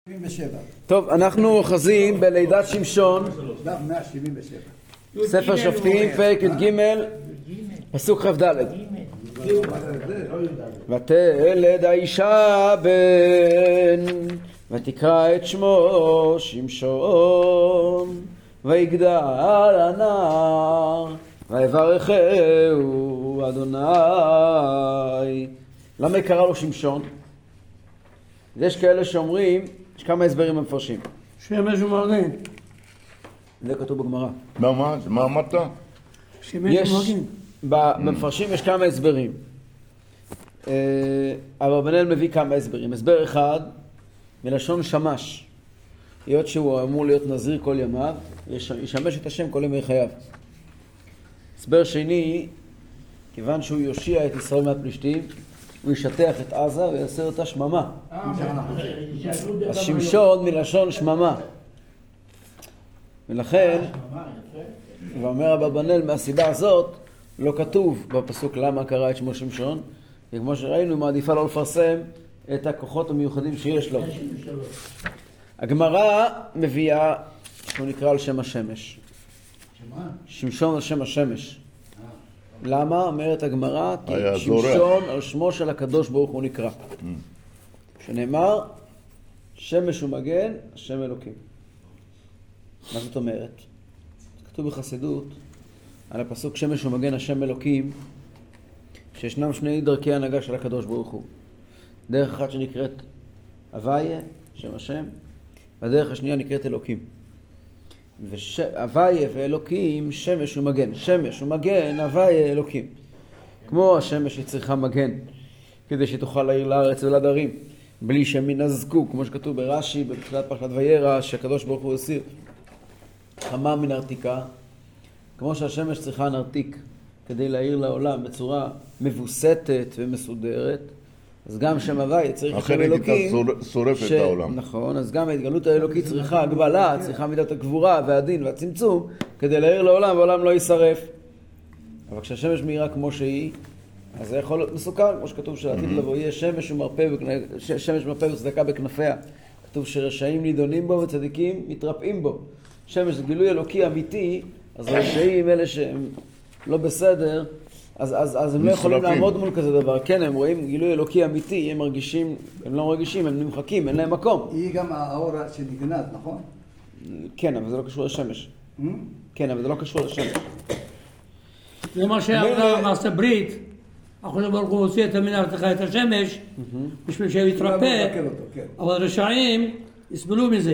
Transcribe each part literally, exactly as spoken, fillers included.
שבעים ושבע. טוב, אנחנו אוחזים בלידת שמשון, דף מאה שבעים ושבע. ספר שופטים, פרק י"ג, פסוק כ"ד. ותלד האישה בן, ותקרא את שמו שמשון, ויגדל הנער, ויברכהו אדוני. למה קרא לו שמשון? יש כאלה שאומרים, יש כמה הסברים מפרשים. שמש ומגן. זה כתוב בגמרא. מה, מה? מה אמרת? שמש יש, ומגן. במפרשים יש כמה הסברים. אברבנאל מביא כמה הסברים. הסבר אחד, מלשון שמש. היות שהוא אמור להיות נזיר כל ימיו, ישמש את השם כל ימי חייו. הסבר שני, כיוון שהוא יושיע את ישראל מהפלישתים, הוא ישטח את עזה ויעשה אותה שממה. אז שמשון מלשון שממה. ולכן, ואומר אברבנאל, מהסיבה הזאת, לא כתוב בפסוק למה קרא את שמו שמשון, כי כמו שראינו, הוא מעדיפה לא לפרסם את הכוחות המיוחדים שיש לו. הגמרא מביאה שהוא נקרא על שם השמש. שמשון על שם השמש. למה? אומרת הגמרא, כי שמשון על שמו של הקדוש ברוך הוא נקרא. שנאמר, שמש ומגן, השם אלוקים. מה זאת אומרת? כתוב בחסידות, על הפסוק שמש ומגן, השם אלוקים, שישנם שני דרכי הנהגה של הקדוש ברוך הוא. דרך אחת שנקראת הוויה, שם השם, והדרך השנייה נקראת אלוקים. הוויה ואלוקים, שמש ומגן. שמש ומגן, הוויה אלוקים. כמו השמש היא צריכה מגן, כדי שתוכל להאיר לארץ ולעדרים, בלי שהם ינזקו, כמו שכתוב ברש"י, בתחילת פרשת וירא, שהקדוש ברוך הוא הסיר חמה מנרתיקה. כמו שהשמש צריכה נרתיק, כדי להאיר לעולם בצורה מבוסתת ומסודרת, אז גם שם הוויה צריך שם אלוקים. אחרת היא שורפת את העולם. נכון, אז גם ההתגלות האלוקית צריכה הגבלה, צריכה מידת הגבורה והדין והצמצום, כדי להאיר לעולם והעולם לא יישרף. אבל כשהשמש מאירה כמו שהיא, אז זה יכול להיות מסוכן, כמו שכתוב שלעתיד לבוא יהיה שמש ומרפא, שמש ומרפא וצדקה בכנפיה. כתוב שרשעים נידונים בו וצדיקים מתרפאים בו. שמש זה גילוי אלוקי אמיתי, אז רשעים אלה שהם לא בסדר, אז, אז, אז הם לא יכולים לעמוד מול כזה דבר. כן, הם רואים גילוי אלוקי אמיתי, הם מרגישים, הם לא מרגישים, הם נמחקים, אין להם מקום. היא גם האור שנגנז, נכון? כן, אבל זה לא קשור לשמש. כן, אבל זה לא קשור לשמש. זה מה שאמרה מעשה ברית, הקדוש ברוך הוא הוציא את המנהרתך את השמש, בשביל שהוא יתרפא, אבל רשעים יסבלו מזה.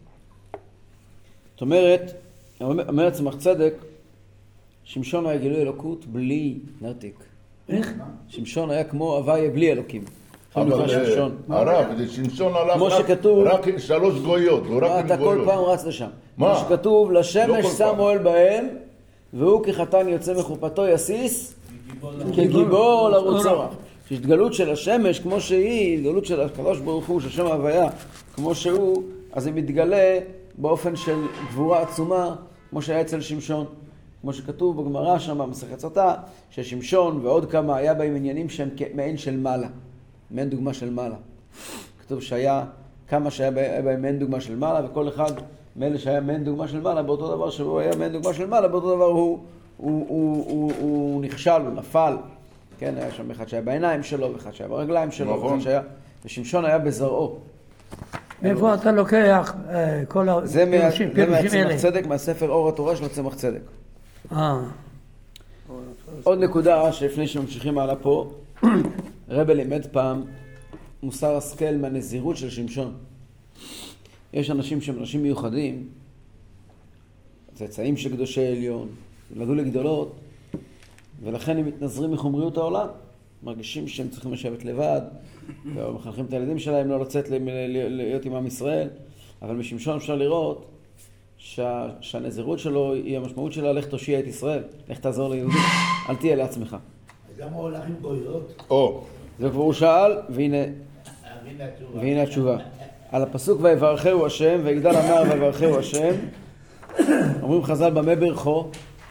זאת אומרת, אומרת צמח צדק, שמשון היה גילוי אלוקות בלי נרתיק. איך? שמשון היה כמו הוויה בלי אלוקים. אבל הרב, שמשון הלך רק עם שלוש גויות. אתה כל פעם רץ לשם. כמו שכתוב, לשמש שם אוהל בהם, והוא כחתן יוצא מחופתו יסיס, כגיבור לרוץ אורח. שהתגלות של השמש כמו שהיא, התגלות של הקדוש ברוך הוא, של שם ההוויה, כמו שהוא, אז היא מתגלה באופן של גבורה עצומה, כמו שהיה אצל שמשון. כמו שכתוב בגמרא שם במסכת סוטה, ששמשון ועוד כמה היה בהם עניינים שהם מעין של מעלה, מעין דוגמה של מעלה. כתוב שהיה כמה שהיה בהם מעין דוגמה של מעלה, וכל אחד מאלה שהיה מעין דוגמה של מעלה, באותו דבר שבו היה מעין דוגמה של מעלה, באותו דבר הוא, הוא, הוא, הוא, הוא נכשל, הוא נפל. כן, היה שם אחד שהיה בעיניים שלו, ואחד שהיה ברגליים שלו, ואחד שהיה, ושמשון היה בזרעו. איפה אתה לוקח כל הפירושים האלה? זה מהצמח צדק, מהספר אור התורה של הצמח צדק. אה. עוד נקודה שלפני שממשיכים הלאה פה, רבי לימד פעם מוסר השכל מהנזירות של שמשון. יש אנשים שהם אנשים מיוחדים, צאצאים של קדושי עליון, ילדו לגדולות, ולכן הם מתנזרים מחומריות העולם. מרגישים שהם צריכים לשבת לבד, ומחנכים את הילדים שלהם לא לצאת להיות עם עם ישראל, אבל משמשון אפשר לראות שה, שהנזירות שלו היא המשמעות שלה, לך תושיע את ישראל, לך תעזור ליהודים, אל תהיה לעצמך. אז למה הוא הולך עם גויות? או, זה כבר הוא שאל, והנה, והנה התשובה. על הפסוק ויברכהו השם, ויגדל הנער ויברכהו השם, אומרים חז"ל במה ברכו?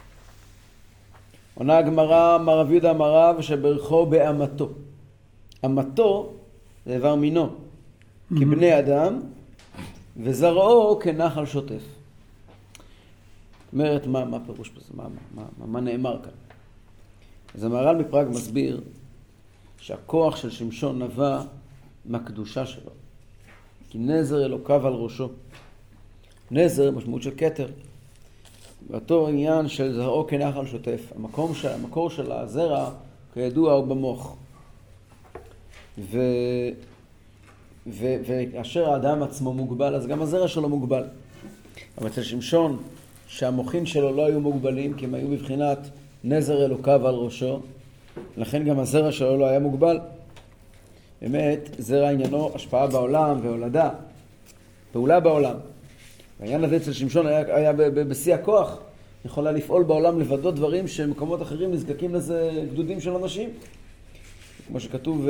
עונה הגמרא, אמר רב יהודה אמר רב, שברכו באמתו. אמתו זה איבר מינו, כי בני אדם וזרעו כנחל שוטף. אומרת, מה, מה פירוש בזה? מה, מה, מה, מה נאמר כאן? אז המהר"ל מפראג מסביר שהכוח של שמשון נבע מהקדושה שלו. כי נזר אלוקיו על ראשו. נזר משמעות של כתר. באותו עניין של זרעו כנחל שוטף. המקום של, המקור של הזרע, כידוע, הוא במוח. ו... ו... ואשר האדם עצמו מוגבל, אז גם הזרע שלו מוגבל. אבל אצל שמשון, שהמוחין שלו לא היו מוגבלים, כי הם היו בבחינת נזר אלוקיו על ראשו, לכן גם הזרע שלו לא היה מוגבל. באמת, זרע עניינו השפעה בעולם והולדה, פעולה בעולם. העניין הזה אצל שמשון היה, היה בשיא הכוח, יכולה לפעול בעולם לבדות דברים שמקומות אחרים נזקקים לזה גדודים של אנשים. כמו שכתוב,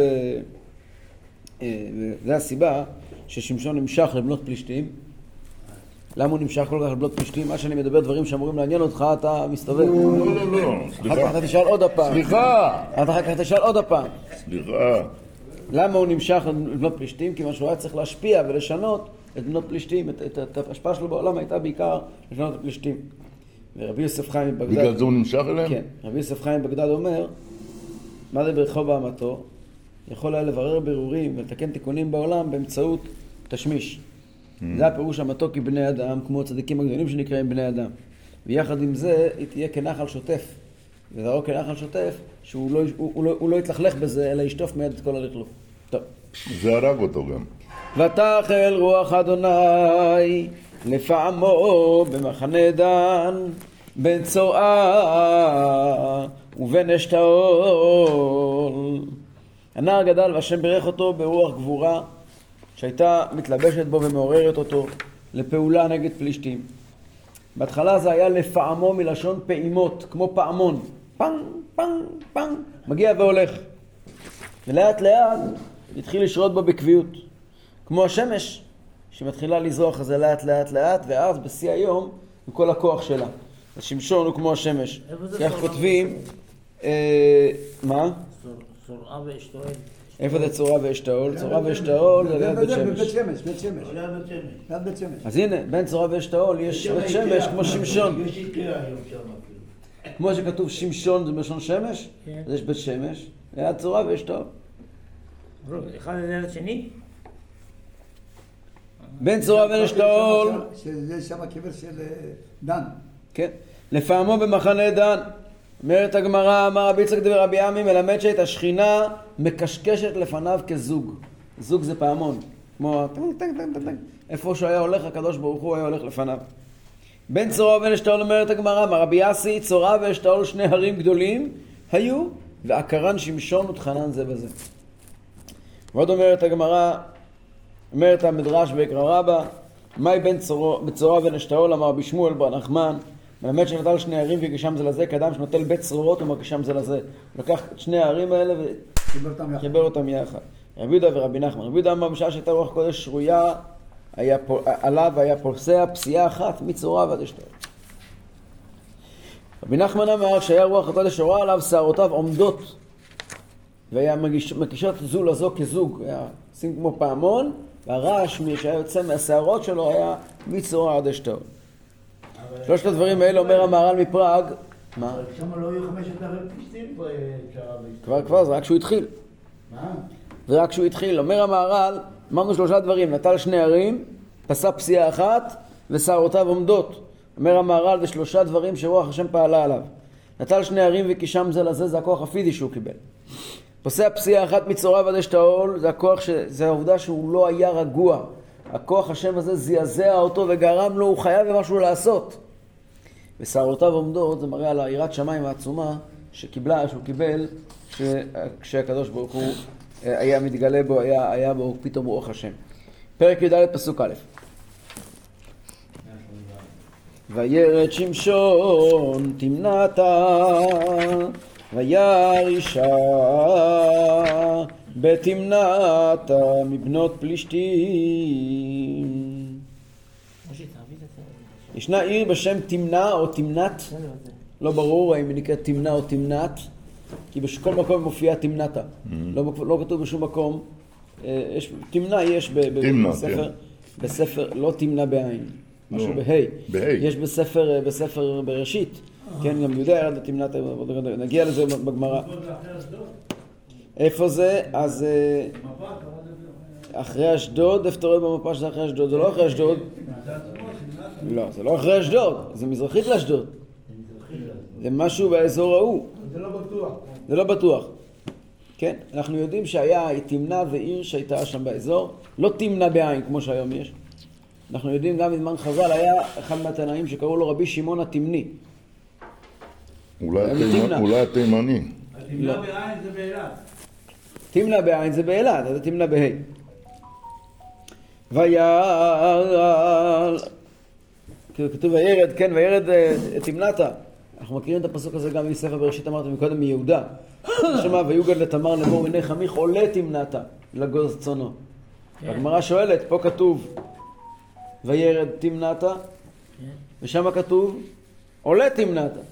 זה הסיבה ששמשון נמשך לבנות פלישתים. למה הוא נמשך כל כך לבנות פלישתים? מה שאני מדבר דברים שאמורים לעניין אותך, אתה מסתובב. לא, לא, לא, סליחה. אחר כך אתה תשאל עוד הפעם. סליחה. אחר כך תשאל עוד הפעם. סליחה. למה הוא נמשך לבנות פלישתים? כי מה שהוא היה צריך להשפיע ולשנות את בנות פלישתים. את, את, את, את ההשפעה שלו בעולם הייתה בעיקר לשנות את פלישתים. ורבי יוסף חיים מבגדד... בגלל זה הוא נמשך אליהם? כן. רבי יוסף חיים מבגדד אומר, מה זה ברכו באמתו? יכול היה לברר בירורים ולתקן תיקונים בעולם באמצעות תשמיש. Mm. זה הפירוש המתוק היא בני אדם, כמו צדיקים הגדולים שנקראים בני אדם. ויחד עם זה, היא תהיה כנחל שוטף. וזרעו כנחל שוטף, שהוא לא, הוא, הוא לא, הוא לא יתלכלך בזה, אלא ישטוף מיד את כל הלכלוך. טוב. זה הרג אותו גם. ותחל רוח אדוני לפעמו במחנה דן, בין צורעה ובין אשתאול. הנער גדל והשם ברך אותו ברוח גבורה, שהייתה מתלבשת בו ומעוררת אותו לפעולה נגד פלישתים. בהתחלה זה היה לפעמו מלשון פעימות, כמו פעמון. פנג, פנג, פנג, מגיע והולך. ולאט לאט התחיל לשרות בו בקביעות. כמו השמש, שמתחילה לזרוח, אז זה לאט לאט לאט, ואז בשיא היום, עם כל הכוח שלה. השמשון הוא כמו השמש. כך כותבים, מה? צורעה ואשתאול. איפה זה צורעה ואשתאול? צורעה ואשתאול זה ליד בית שמש. בית שמש, בית שמש. ליד בית שמש. אז הנה, בין צורעה ואשתאול יש בית שמש כמו שמשון. יש איקאה היום שם אפילו. כמו שכתוב שמשון זה בלשון שמש, אז יש בית שמש, ליד צורעה ואשתאול. אחד ליד השני? בין צורעה ואשתאול. שזה שם הקבר של דן. כן. לפעמו במחנה דן. אומרת הגמרא, אמר רבי יצחק דבר רבי עמי, מלמד שאת השכינה מקשקשת לפניו כזוג. זוג זה פעמון. כמו טנק טנק טנק טנק. איפה שהוא היה הולך, הקדוש ברוך הוא היה הולך לפניו. בין צורעה ובין אשתאול אומרת הגמרא, אמר רבי יאסי, צורעה ואשתאול שני הרים גדולים היו, ועקרן שמשון ותחנן זה בזה. ועוד אומרת הגמרא, אומרת המדרש בקרא רבא, מהי בין צורעה ובין אשתאול, אמר רבי שמואל בר נחמן, מלמד שנטל שני הערים וגישם זה לזה, כאדם שנוטל בית צרורות ומגישם זה לזה. הוא לקח את שני הערים האלה וחיבר אותם יחד. רבי יהודה ורבי נחמן. רבי יהודה אמר בשעה שהייתה רוח קודש שרויה, היה פול, עליו היה פולסיה פסיעה אחת מצורעה ועד אשתאול. רבי נחמן אמר שהיה רוח הקודש שרויה עליו, שערותיו עומדות והיה מגיש, מקישות זו לזו כזוג. היה עושים כמו פעמון, והרעש שהיה יוצא מהשערות שלו היה מצורעה עד אשתאול. שלושת הדברים האלה אומר המהר"ל מפראג. מה? שם לא היו חמשת ערי פלישתים כבר, כבר, זה רק שהוא התחיל. מה? זה רק שהוא התחיל. אומר המהר"ל, אמרנו שלושה דברים, נטל שני ערים, פסע פסיעה אחת, ושערותיו עומדות. אומר המהר"ל, זה שלושה דברים שרוח השם פעלה עליו. נטל שני ערים וקישם זה לזה, זה הכוח הפיזי שהוא קיבל. פסע פסיעה אחת מצורעה ועד אשתאול, זה הכוח, ש... זה העובדה שהוא לא היה רגוע. הכוח השם הזה זעזע אותו וגרם לו, הוא חייב במשהו לעשות. ושערותיו עומדות, זה מראה על היראת שמיים העצומה שקיבלה, שהוא קיבל, כשהקדוש ברוך הוא היה מתגלה בו, היה, היה בו פתאום רוח השם. פרק י"ד פסוק א'. וירד שמשון תמנתה, וירא אישה בתמנתה מבנות פלישתים. ישנה עיר בשם תמנה או תמנת, לא ברור האם היא נקראת תמנה או תמנת, כי בכל מקום מופיעה תמנתה. לא, לא כתוב בשום מקום. יש, תמנה יש בספר, בספר, לא תמנע בעין, משהו בה'. בה'. יש בספר, בספר בראשית, כן, גם יהודה ירד לתמנת, נגיע לזה בגמרא. איפה זה? אז אחרי אשדוד, איפה אתה רואה במפה שזה אחרי אשדוד? זה לא אחרי אשדוד. לא, זה לא אחרי אשדוד, זה מזרחית לאשדוד. זה משהו באזור ההוא. זה לא בטוח. זה לא בטוח. כן, אנחנו יודעים שהיה תמנע ועיר שהייתה שם באזור, לא תמנע בעין כמו שהיום יש. אנחנו יודעים גם בזמן חז"ל היה אחד מהתנאים שקראו לו רבי שמעון התמני. אולי התימני. התמנע בעין זה באילת. תמנע בעין זה באילת, זה תמנע בה'. ויעל, כתוב וירד, כן, וירד תמנתה. אנחנו מכירים את הפסוק הזה גם מספר בראשית, אמרתי מקודם מיהודה. שמה ויוגד לתמר לאמור הנה חמיך עולה תמנתה לגוז צונו. הגמרא שואלת, פה כתוב וירד תמנתה, ושם כתוב עולה תמנתה.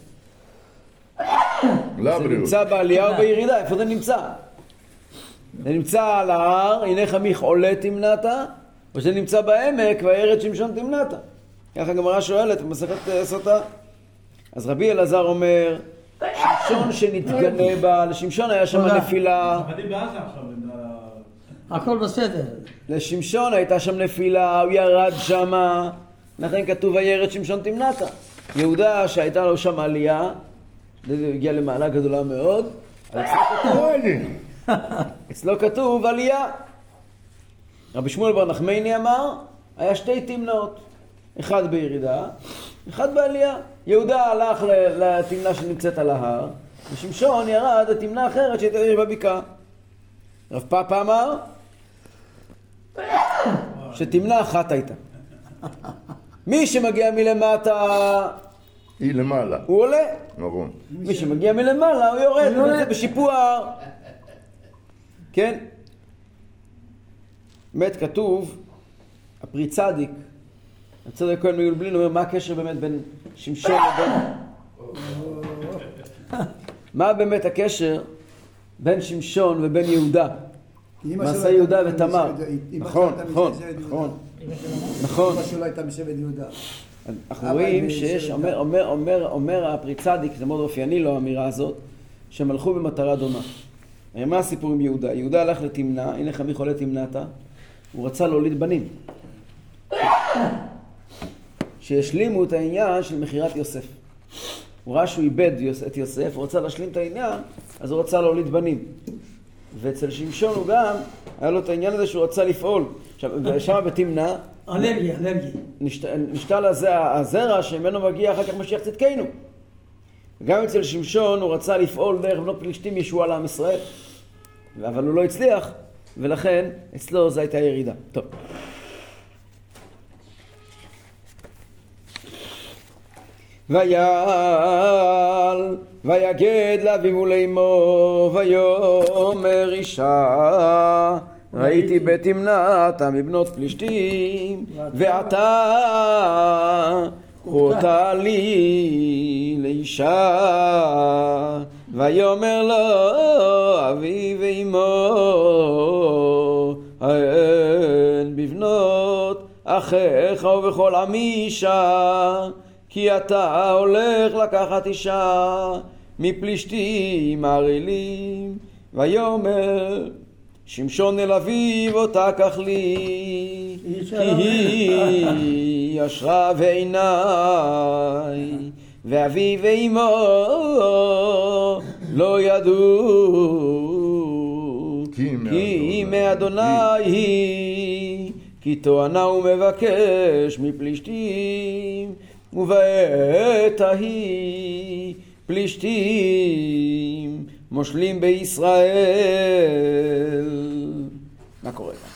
זה נמצא בעלייה או בירידה, איפה זה נמצא? זה נמצא על ההר, הנה חמיך עולה תמנתה, או שזה נמצא בעמק וירד שמשון תמנתה. ככה הגמרא שואלת במסכת סוטה. אז רבי אלעזר אומר, שמשון שנתגנה בה, לשמשון היה שם נפילה. הכל בסדר. לשמשון הייתה שם נפילה, הוא ירד שם, לכן כתוב וירד שמשון תמנתה. יהודה שהייתה לו שם עלייה, זה הגיע למעלה גדולה מאוד, אבל אצלו כתוב, אצלו כתוב עלייה. רבי שמואל בר נחמני אמר, היה שתי תמנעות, אחד בירידה, אחד בעלייה. יהודה הלך לתמנה שנמצאת על ההר, ושמשון ירד לתמנה אחרת שהייתה בבקעה. רב פאפא אמר שתמנה אחת הייתה. מי שמגיע מלמטה היא למעלה. הוא עולה. נכון. מי שמגיע מלמעלה הוא יורד, הוא יורד בשיפוע. כן? באמת כתוב, הפרי צדיק, הצדיק כהן מיולבלין אומר מה הקשר באמת בין שמשון לבין... מה באמת הקשר בין שמשון ובין יהודה? מעשה יהודה ותמר. נכון, נכון, נכון. נכון. אמא שלו הייתה משבט יהודה. אנחנו רואים שיש, אומר, אומר, אומר, אומר הפרי צדיק, זה מאוד אופייני לו האמירה הזאת, שהם הלכו במטרה דומה. מה הסיפור עם יהודה? יהודה הלך לתמנה, הנה חמיך עולה תמנתה, הוא רצה להוליד בנים. שישלימו את העניין של מחירת יוסף. הוא ראה שהוא איבד את יוסף, הוא רצה להשלים את העניין, אז הוא רצה להוליד בנים. ואצל שמשון הוא גם, היה לו את העניין הזה שהוא רצה לפעול. עכשיו, שם בתמנה, אלרגי, אלרגי. נשתל הזרע שממנו מגיע אחר כך משיח צדקנו. גם אצל שמשון הוא רצה לפעול דרך בנות פלישתים ישועה לעם ישראל. אבל הוא לא הצליח, ולכן אצלו זו הייתה ירידה. טוב. ויעל ויגד לאביו ולאמו ויאמר אישה ראיתי בתמנתה מבנות פלישתים ועתה קחו אותה לי לאישה ויאמר לו אבי ואמו הן בבנות אחיך ובכל עמי אישה כי אתה הולך לקחת אישה מפלישתים ערלים ויאמר שמשון אל אביו אותה קח לי כי היא ישרה בעיניי ואבי ואמו לא ידעו כי היא מאדוני היא כי תואנה ומבקש מפלישתים ובעת ההיא פלישתים מושלים בישראל. מה קורה כאן?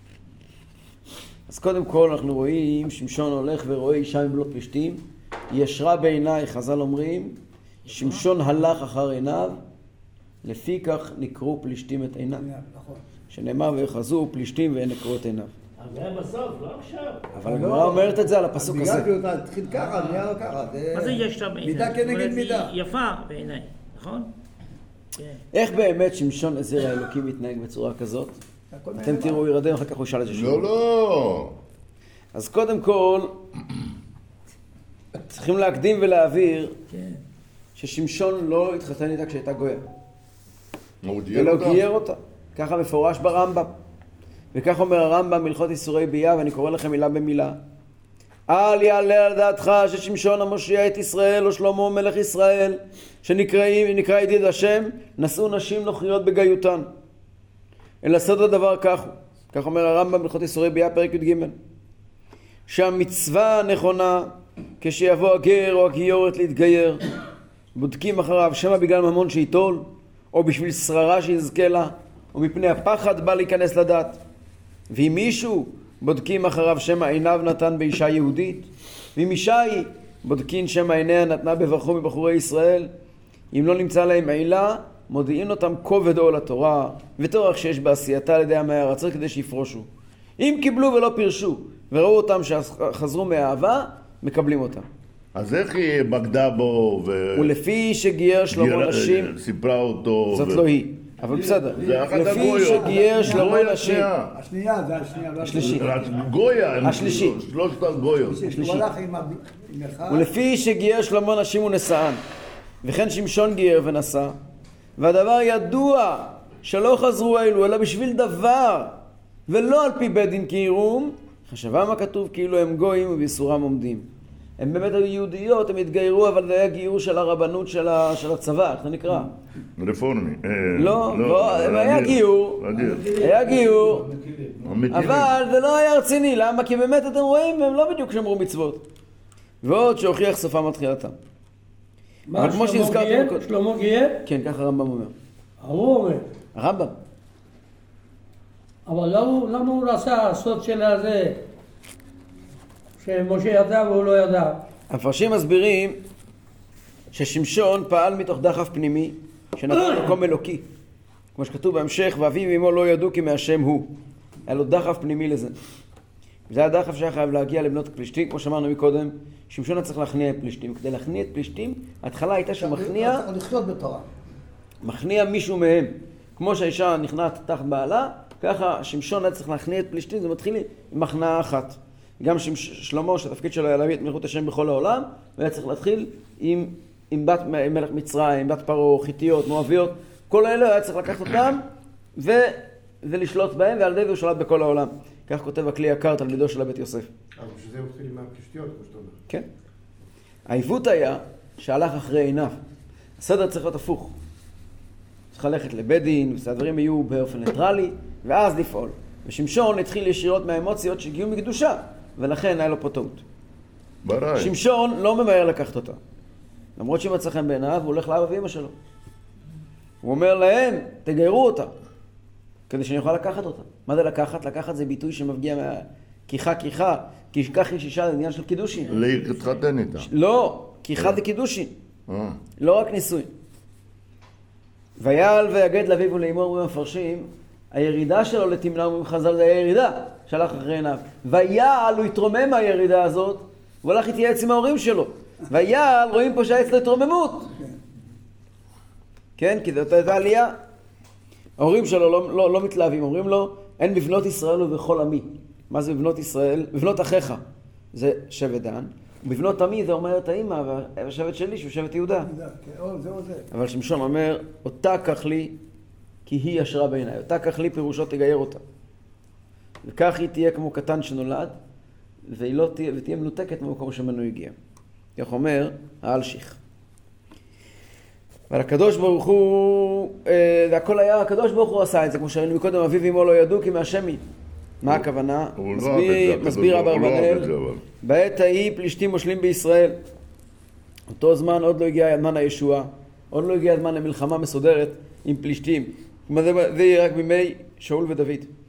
אז קודם כל אנחנו רואים שמשון הולך ורואה אישה מבנות פלישתים, ישרה בעיניי, חז"ל אומרים, שמשון הלך אחר עיניו, לפי כך נקרו פלישתים את עיניו. שנאמר ויחזו פלישתים ונקרו את עיניו. אבל זה בסוף, לא עכשיו. אבל הגמרא אומרת את זה על הפסוק הזה. בגלל כאילו אתה תתחיל ככה, נהיה לו ככה. מה זה ישרה בעיניי? מידה כנגד מידה. היא יפה בעיניי, נכון? איך באמת שמשון עזר האלוקים מתנהג בצורה כזאת? אתם תראו, ירדם, אחר כך הוא ישאל את זה שוב. לא, לא. אז קודם כל, צריכים להקדים ולהעביר ששמשון לא התחתן איתה כשהייתה גויה. הוא גייר אלא אותה? גייר אותה. ככה מפורש ברמב"ם. וכך אומר הרמב"ם מלכות איסורי ביאה, ואני קורא לכם מילה במילה. אל יעלה על דעתך ששמשון המושיע את ישראל או שלמה מלך ישראל שנקראים, נקרא ידיד השם, נשאו נשים נוכריות בגיותן. אלא סוד הדבר כך הוא. כך אומר הרמב"ם מלכות איסורי ביאה פרק י"ג. שהמצווה הנכונה כשיבוא הגר או הגיורת להתגייר בודקים אחריו שמה בגלל ממון שיטול או בשביל שררה שיזכה לה או מפני הפחד בא להיכנס לדת. ואם מישהו בודקים אחריו שמה עיניו נתן באישה יהודית, ואם אישה היא בודקים שמה עיניה נתנה בברכו מבחורי ישראל. אם לא נמצא להם עילה מודיעים אותם כובד עול התורה וטורח שיש בעשייתה על ידי עמי הארץ כדי שיפרושו. אם קיבלו ולא פירשו וראו אותם שחזרו מאהבה מקבלים אותם. אז איך היא בגדה בו ו... ולפי שגייר שלמה נשים, סיפרה אותו זאת ו... לא היא, אבל בסדר. זה אחת לפי הגויות. שגייר שלמה גויה נשים, שנייה. השנייה, זה השנייה. לא השלישי. רק גויה, הם השלישי. שלושת הגויות. השלישי. הוא הלך עם ה- עם אחד. ולפי שגייר שלמה נשים ונשאן, וכן שמשון גייר ונשא, והדבר ידוע שלא חזרו אלו אלא בשביל דבר ולא על פי בית דין קירום, חשבם הכתוב כאילו הם גויים ובייסורם עומדים. הם באמת היו יהודיות, הם התגיירו, אבל זה היה גיור של הרבנות של, ה, של הצבא, איך זה נקרא? רפורמי. אה, לא, לא, רגיל, היה גיור. רגיל. היה גיור, המטילים. אבל זה לא היה רציני, למה? כי באמת אתם רואים, הם לא בדיוק שמרו מצוות. ועוד שהוכיח סופם עד תחילתם. מה, אבל כמו שלמה שהזכרתם גייר? קודם. שלמה גייר? כן, ככה הרמב"ם אומר. הוא אומר. הרמב"ם. אבל למה, למה הוא עשה הסוד של הזה שמשה ידע והוא לא ידע? המפרשים מסבירים ששמשון פעל מתוך דחף פנימי שנתן מקום אלוקי. כמו שכתוב בהמשך, ואביו ואמו לא ידעו כי מהשם הוא. היה לו דחף פנימי לזה. זה הדחף שהיה חייב להגיע לבנות פלישתים, כמו שאמרנו מקודם, שמשון היה צריך להכניע את פלישתים. כדי להכניע את פלישתים, ההתחלה הייתה שהוא מכניע, צריך לחיות בתורה. מכניע מישהו מהם. כמו שהאישה נכנעת תחת בעלה, ככה שמשון היה צריך להכניע את פלישתים, זה מתחיל עם הכנעה אחת. גם שלמה, שהתפקיד שלו היה להביא את מלכות השם בכל העולם, והיה צריך להתחיל עם, עם בת מלך מצרים, עם בת פרעה, חיתיות, מואביות, כל האלה היה צריך לקחת אותם ו, ולשלוט בהם, ועל ידי הוא שלט בכל העולם. כך כותב הכלי יקר, תלמידו של הבית יוסף. אבל שזה מתחיל עם הפלישתיות, כמו שאתה אומר. כן. העיוות היה שהלך אחרי עיניו. הסדר צריך להיות הפוך. צריך ללכת לבית דין, והדברים יהיו באופן ניטרלי, ואז לפעול. ושמשון התחיל ישירות מהאמוציות שהגיעו מקדושה, ולכן היה לו פה טעות. בראי. שמשון לא ממהר לקחת אותה. למרות שהיא מצא חן בעיניו, הוא הולך לאבא ואמא שלו. הוא אומר להם, תגיירו אותה, כדי שאני אוכל לקחת אותה. מה זה לקחת? לקחת זה ביטוי שמפגיע מה... כיחה כיחה, כי כך יש אישה, זה עניין של קידושין. להתחתן איתה. לא, כיחה זה קידושין. אה. לא רק נישואין. ויעל ויגד לאביו ולאמו במפרשים, הירידה שלו לתמנע ומחז"ל זה הירידה שהלך אחרי עיניו. ויעל הוא התרומם מהירידה הזאת, והוא הלך להתייעץ עם ההורים שלו. ויעל רואים פה שהיה אצלו התרוממות. כן, כי זאת הייתה עלייה. ההורים שלו לא, לא, לא מתלהבים, אומרים לו, אין בבנות ישראל ובכל עמי. מה זה בבנות ישראל? בבנות אחיך. זה שבט דן. בבנות עמי זה אומר את האמא והשבט שלי שהוא שבט יהודה. אבל שמשון אומר, אותה קח לי כי היא ישרה בעיניי. אותה קח לי פירושו תגייר אותה. וכך היא תהיה כמו קטן שנולד, והיא לא תהיה, ותהיה מנותקת ממקום שמנו הגיע. כך אומר האלשיך. אבל הקדוש ברוך הוא, זה הכל היה, הקדוש ברוך הוא עשה את זה, כמו שראינו מקודם, אביו ואמו לא ידעו כי מהשם היא. מה הכוונה? מסביר אברבנאל, בעת ההיא פלישתים מושלים בישראל. אותו זמן עוד לא הגיע הזמן הישועה, עוד לא הגיע הזמן למלחמה מסודרת עם פלישתים. זה יהיה רק בימי שאול ודוד.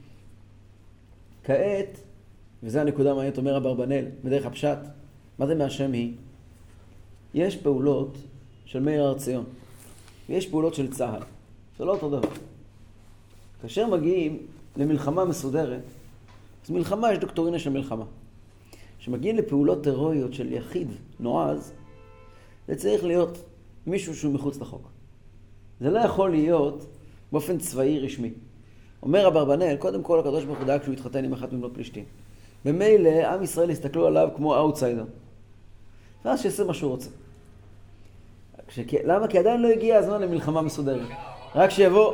כעת, וזה הנקודה המעניינת, אומר אברבנאל, בדרך הפשט, מה זה מהשם היא? יש פעולות של מאיר הר ציון, ויש פעולות של צה"ל. זה לא אותו דבר. כאשר מגיעים למלחמה מסודרת, אז מלחמה יש דוקטורינה של מלחמה. כשמגיעים לפעולות הירואיות של יחיד נועז, זה צריך להיות מישהו שהוא מחוץ לחוק. זה לא יכול להיות באופן צבאי רשמי. אומר אברבנאל, קודם כל הקדוש ברוך הוא דאג שהוא יתחתן עם אחת מבנות פלישתים. במילא עם ישראל הסתכלו עליו כמו אאוטסיידר. ואז שיעשה מה שהוא רוצה. כשכ... למה? כי עדיין לא הגיע הזמן למלחמה מסודרת. רק שיבוא...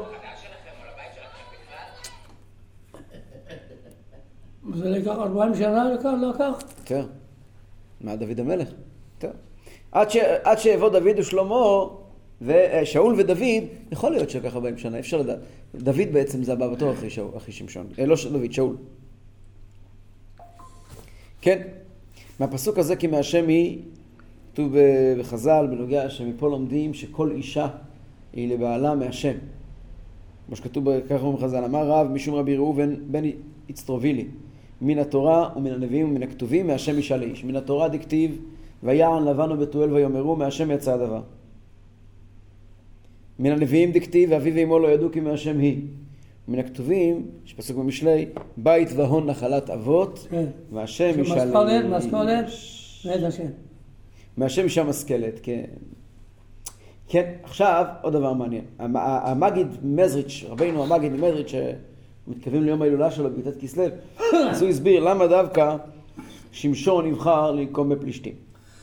זה לקח ארבעים שנה לקח, לקח? כן. מה דוד המלך? כן. עד, ש... עד שיבוא דוד ושלמה, ושאול ודוד, יכול להיות שכך ארבעים שנה, אפשר לדעת. דוד בעצם זה הבא בתור אחרי, שאול, אחרי שמשון. אה, לא דוד, שאול. כן. מהפסוק הזה כי מהשם היא, כתוב בחז"ל, בנוגע שמפה לומדים שכל אישה היא לבעלה מהשם. כמו שכתוב ככה בחז"ל, אמר רב משום רבי ראובן בן יצטרובילי, מן התורה ומן הנביאים ומן הכתובים מהשם אישה לאיש. מן התורה דכתיב ויען לבן ובתואל ויאמרו מהשם יצא הדבר. מן הנביאים דכתיב ואביו ואמו לא ידעו כי מהשם היא. מן הכתובים, יש פסוק במשלי, בית והון נחלת אבות, והשם אישה לאיש. משכולת, משכולת, ועד השם. מהשם אישה משכלת, כן. כן, עכשיו עוד דבר מעניין. המגיד מזריץ', רבינו המגיד מזריץ', שמתכוונים ליום ההילולה שלו בי"ט כסלו, אז הוא הסביר למה דווקא שמשון נבחר לנקום בפלישתים.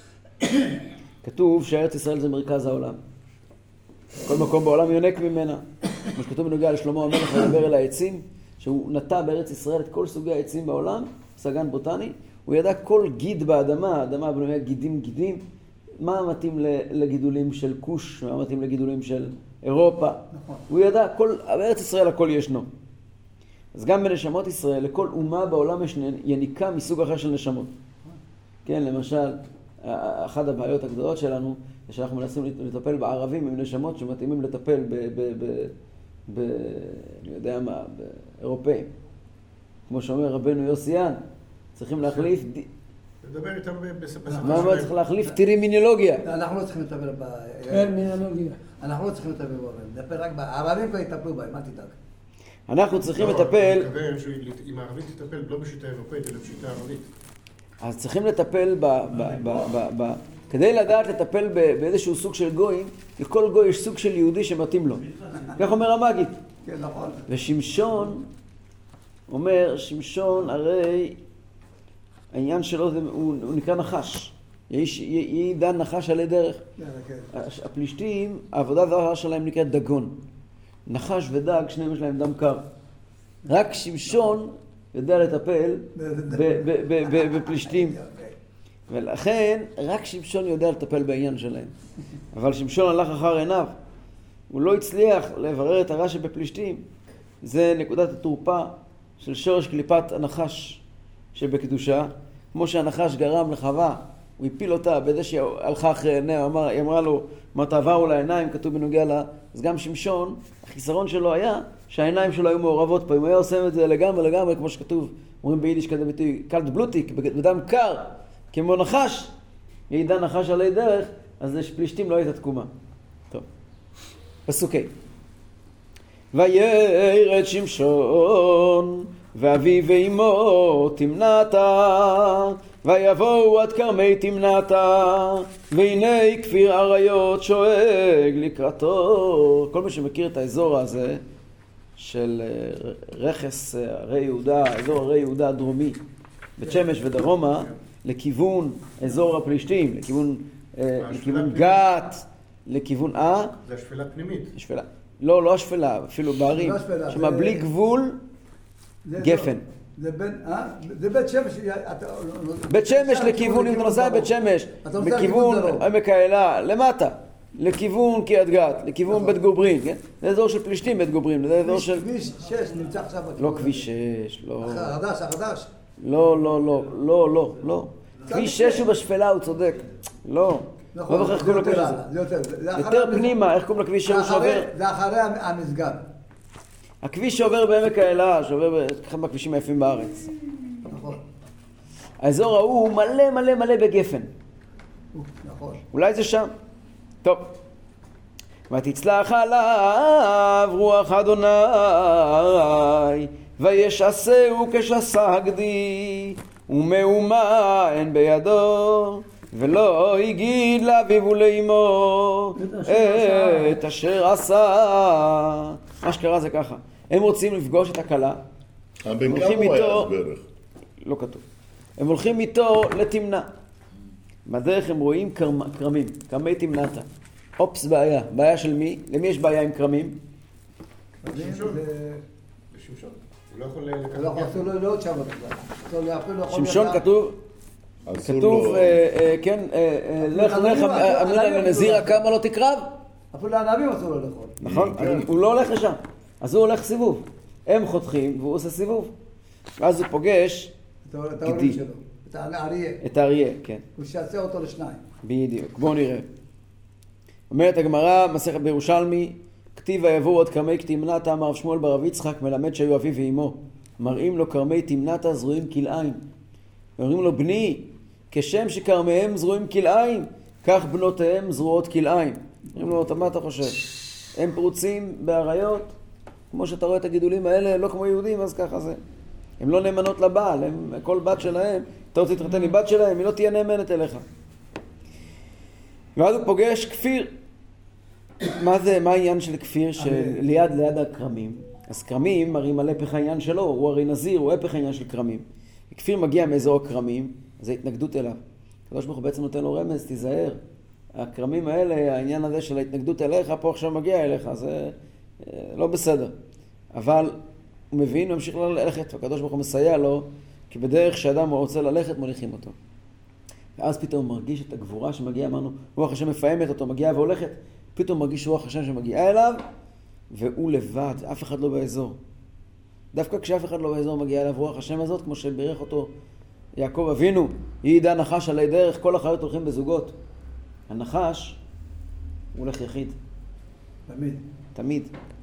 כתוב שארץ ישראל זה מרכז העולם. כל מקום בעולם יונק ממנה. כמו שכתוב בנוגע לשלמה המלך לדבר אל העצים, שהוא נטע בארץ ישראל את כל סוגי העצים בעולם, סגן בוטני, הוא ידע כל גיד באדמה, האדמה בנויה גידים גידים, מה מתאים לגידולים של כוש, מה מתאים לגידולים של אירופה. נכון. הוא ידע, כל, בארץ ישראל הכל ישנו. אז גם בנשמות ישראל, לכל אומה בעולם יש יניקה מסוג אחר של נשמות. כן, למשל, אחת הבעיות הגדולות שלנו, זה שאנחנו מנסים לטפל בערבים עם נשמות שמתאימים לטפל ב... ב, ב, ב אני יודע מה, באירופאים. כמו שאומר רבנו יוסיאן, צריכים להחליף... לדבר איתם בשפה. מה צריך להחליף? טרימינולוגיה. אנחנו לא צריכים לטפל ב... טרימינולוגיה. אנחנו לא צריכים לטפל בערבים. נטפל רק בערבים ויטפלו בהם, אל תדאג. אנחנו צריכים לטפל... אם הערבית תטפל לא בשיטה אירופאית, אלא בשיטה ערבית. אז צריכים לטפל ב... ב... כדי לדעת לטפל באיזשהו סוג של גויים, לכל גוי יש סוג של יהודי שמתאים לו. כך אומר המגיד. כן, נכון. ושמשון אומר, שמשון הרי העניין שלו הוא, הוא נקרא נחש. יהי דן נחש עלי דרך. הפלישתים, העבודה הזרה שלהם נקראת דגון. נחש ודג, שניהם יש להם דם קר. רק שמשון יודע לטפל בפלישתים. ולכן רק שמשון יודע לטפל בעניין שלהם. אבל שמשון הלך אחר עיניו. הוא לא הצליח לברר את הרע שבפלישתים. זה נקודת התורפה של שורש קליפת הנחש שבקדושה. כמו שהנחש גרם לחווה, הוא הפיל אותה בזה שהלכה אחרי עיניה, היא אמרה לו, מה תעברו לעיניים, כתוב בנוגע לה. אז גם שמשון, החיסרון שלו היה שהעיניים שלו היו מעורבות פה. אם הוא היה עושה את זה לגמרי לגמרי, כמו שכתוב, אומרים ביידיש כזה ביטוי, קלט בלוטיק, בדם קר, כמו נחש, יעידה נחש עלי דרך, אז לפלישתים לא הייתה תקומה. טוב. פסוקי. וירד שמשון, ואביו ואמו תמנתה, ויבואו עד כרמי תמנתה, והנה כפיר אריות שואג לקראתו. כל מי שמכיר את האזור הזה של רכס הרי יהודה, אזור הרי יהודה הדרומי, בית שמש ודרומה, לכיוון אזור הפלישתים, לכיוון, אה, לכיוון גת, לכיוון אה? זה השפלה פנימית. השפלה. לא, לא השפלה, אפילו בערים. שמה בלי גבול, גפן. זה בין, אה? זה בית שמש. בית שמש לכיוון, אם אתה נוסע בית שמש, בכיוון עמק האלה, למטה, לכיוון קריית גת, לכיוון בית גוברין, כן? זה אזור של פלישתים בית גוברין, זה אזור של... כביש שש נמצא עכשיו. לא כביש שש, לא... החדש, החדש. לא, לא, לא, לא, לא, לא. כביש שש הוא בשפלה, הוא צודק. לא. לא בכך איך קוראים לכביש הזה. יותר פנימה, איך קוראים לכביש שהוא שעובר? זה אחרי המסגד. הכביש שעובר בעמק האלה, שעובר בכמה מהכבישים היפים בארץ. נכון. האזור ההוא מלא מלא מלא בגפן. נכון. אולי זה שם. טוב. ותצלח עליו רוח אדוני, וישעשהו כשסה הגדי, ומהומה אין בידו, ולא הגיד לאביו ולאמו את אשר עשה. מה שקרה זה ככה, הם רוצים לפגוש את הכלה. הבן כמה הוא היה אז בערך? לא כתוב. הם הולכים איתו לתמנה. בדרך הם רואים כרמים, כרמי תמנתה. אופס, בעיה. בעיה של מי? למי יש בעיה עם כרמים? לשמשון. לשמשון. הוא לא יכול לקחת... לא, אסור לו להיות שם בכלל. שמשון כתוב, כתוב, כן, לך לך, אמר לנזירה כמה לא תקרב. אפילו לענבים אסור לו לאכול. נכון? הוא לא הולך לשם. אז הוא הולך סיבוב. הם חותכים והוא עושה סיבוב. ואז הוא פוגש את ההורים שלו. את האריה. את האריה, כן. הוא שיעשה אותו לשניים. בדיוק. בואו נראה. אומרת הגמרא, מסכת בירושלמי, כתיב ויבואו עוד כרמי תמנתה, אמר רב שמואל בר רב יצחק, מלמד שהיו אביו ואמו. מראים לו כרמי תמנתה זרועים כלאיים. אומרים לו, בני, כשם שכרמיהם זרועים כלאיים, כך בנותיהם זרועות כלאיים. אומרים לו, מה אתה חושב? הם פרוצים באריות, כמו שאתה רואה את הגידולים האלה, לא כמו יהודים, אז ככה זה. הם לא נאמנות לבעל, הם, כל בת שלהם, אתה רוצה להתחתן עם בת שלהם, היא לא תהיה נאמנת אליך. ואז הוא פוגש כפיר. מה זה, מה העניין של כפיר שליד ליד הכרמים? אז כרמים מראים על הפך העניין שלו, הוא הרי נזיר, הוא הפך העניין של כרמים. כפיר מגיע מאזור הכרמים, זה התנגדות אליו. הקדוש ברוך הוא בעצם נותן לו רמז, תיזהר. הכרמים האלה, העניין הזה של ההתנגדות אליך, פה עכשיו מגיע אליך, זה לא בסדר. אבל הוא מבין, הוא ממשיך ללכת, והקדוש ברוך הוא מסייע לו, כי בדרך שאדם רוצה ללכת, מוליכים אותו. ואז פתאום הוא מרגיש את הגבורה שמגיעה, אמרנו, רוח השם מפעמת אותו, מגיעה והולכת, פתאום מרגיש רוח השם שמגיעה אליו, והוא לבד, אף אחד לא באזור. דווקא כשאף אחד לא באזור מגיעה אליו רוח השם הזאת, כמו שבירך אותו יעקב אבינו, היא ידע נחש עלי דרך, כל החיות הולכים בזוגות. הנחש הוא הולך יחיד. תמיד. תמיד.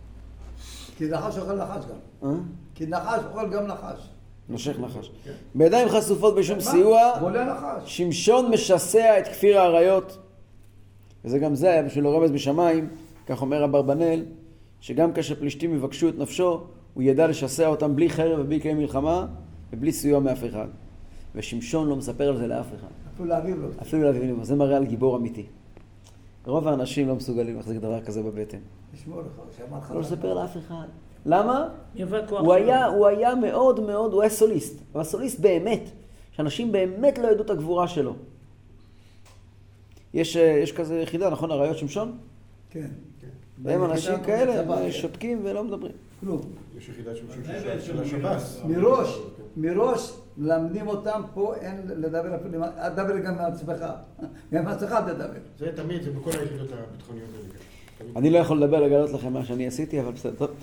כי נחש אוכל נחש גם. אה? כי נחש אוכל גם נחש. נושך נחש. בידיים חשופות בשום סיוע, בולע נחש. שמשון משסע את כפיר האריות. וזה גם זה היה בשביל רמז בשמיים, כך אומר אברבנאל, שגם כשפלישתים יבקשו את נפשו, הוא ידע לשסע אותם בלי חרב ובלי כלי מלחמה, ובלי סיוע מאף אחד. ושמשון לא מספר על זה לאף אחד. אפילו לאביב לא. אפילו לאביב לא. זה מראה על גיבור אמיתי. רוב האנשים לא מסוגלים להחזיק דבר כזה בבטן. תשמור לך, שאמר לך. לא לספר לאף אחד. למה? יפה כוח. הוא היה, הוא היה מאוד מאוד, הוא היה סוליסט. הוא היה סוליסט באמת. שאנשים באמת לא ידעו את הגבורה שלו. יש, יש כזה יחידה, נכון? אריות שמשון? כן. והם אנשים כאלה, שותקים ולא מדברים. כלום. יש יחידה של השב"ס. מראש, מראש מלמדים אותם פה, אין לדבר אפילו, אל תדבר גם מעצמך. גם מעצמך אל תדבר. זה תמיד, זה בכל היחידות הביטחוניות האלה. אני לא יכול לדבר, לגלות לכם מה שאני עשיתי, אבל בסדר, טוב.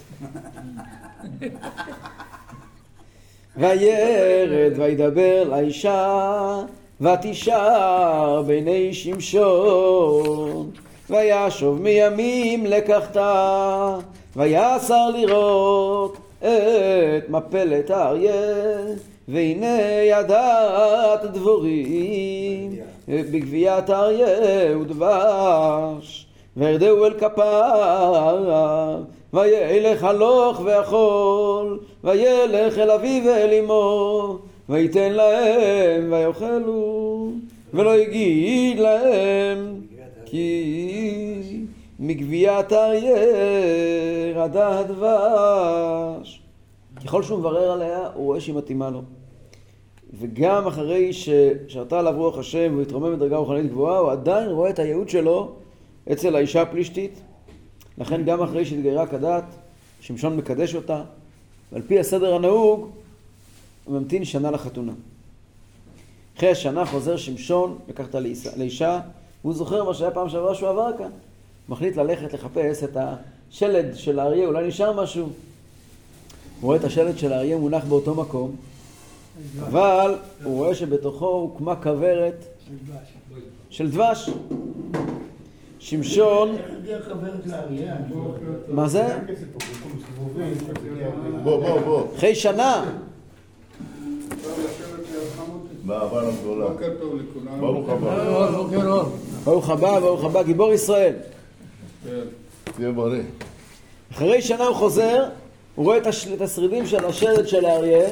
וירד וידבר לאישה, ותישר בעיני שמשון, וישוב מימים לקחתה, ויסר לראות את מפלת האריה, והנה ידעת דבורים בגביית האריה ודבש, וירדהו אל כפיו, וילך הלוך ואכול, וילך אל אביו ואל אמו, ויתן להם ויאכלו, ולא יגיד להם כי מגביית האריה רדה הדבש. ככל שהוא מברר עליה, הוא רואה שהיא מתאימה לו. וגם אחרי ששרתה עליו רוח השם והוא התרומם בדרגה רוחנית גבוהה, הוא עדיין רואה את הייעוד שלו אצל האישה הפלישתית. לכן גם אחרי שהתגיירה כדת, שמשון מקדש אותה, ועל פי הסדר הנהוג, הוא ממתין שנה לחתונה. אחרי השנה חוזר שמשון, לקח אותה לאישה, והוא זוכר מה שהיה פעם שעברה שהוא עבר כאן. הוא מחליט ללכת לחפש את השלד של האריה, אולי נשאר משהו. הוא רואה את השלד של האריה מונח באותו מקום, אבל הוא רואה שבתוכו הוקמה כוורת של דבש. שמשון, מה זה? בוא, בוא, בוא. אחרי שנה. באהבה לגדולה. בוקר טוב לכולם. ברוך הבא. בוקר אור. ברוך הבא, ברוך הבא, גיבור ישראל. תהיה בריא. אחרי שנה הוא חוזר, הוא רואה את השרידים של השלד של האריה,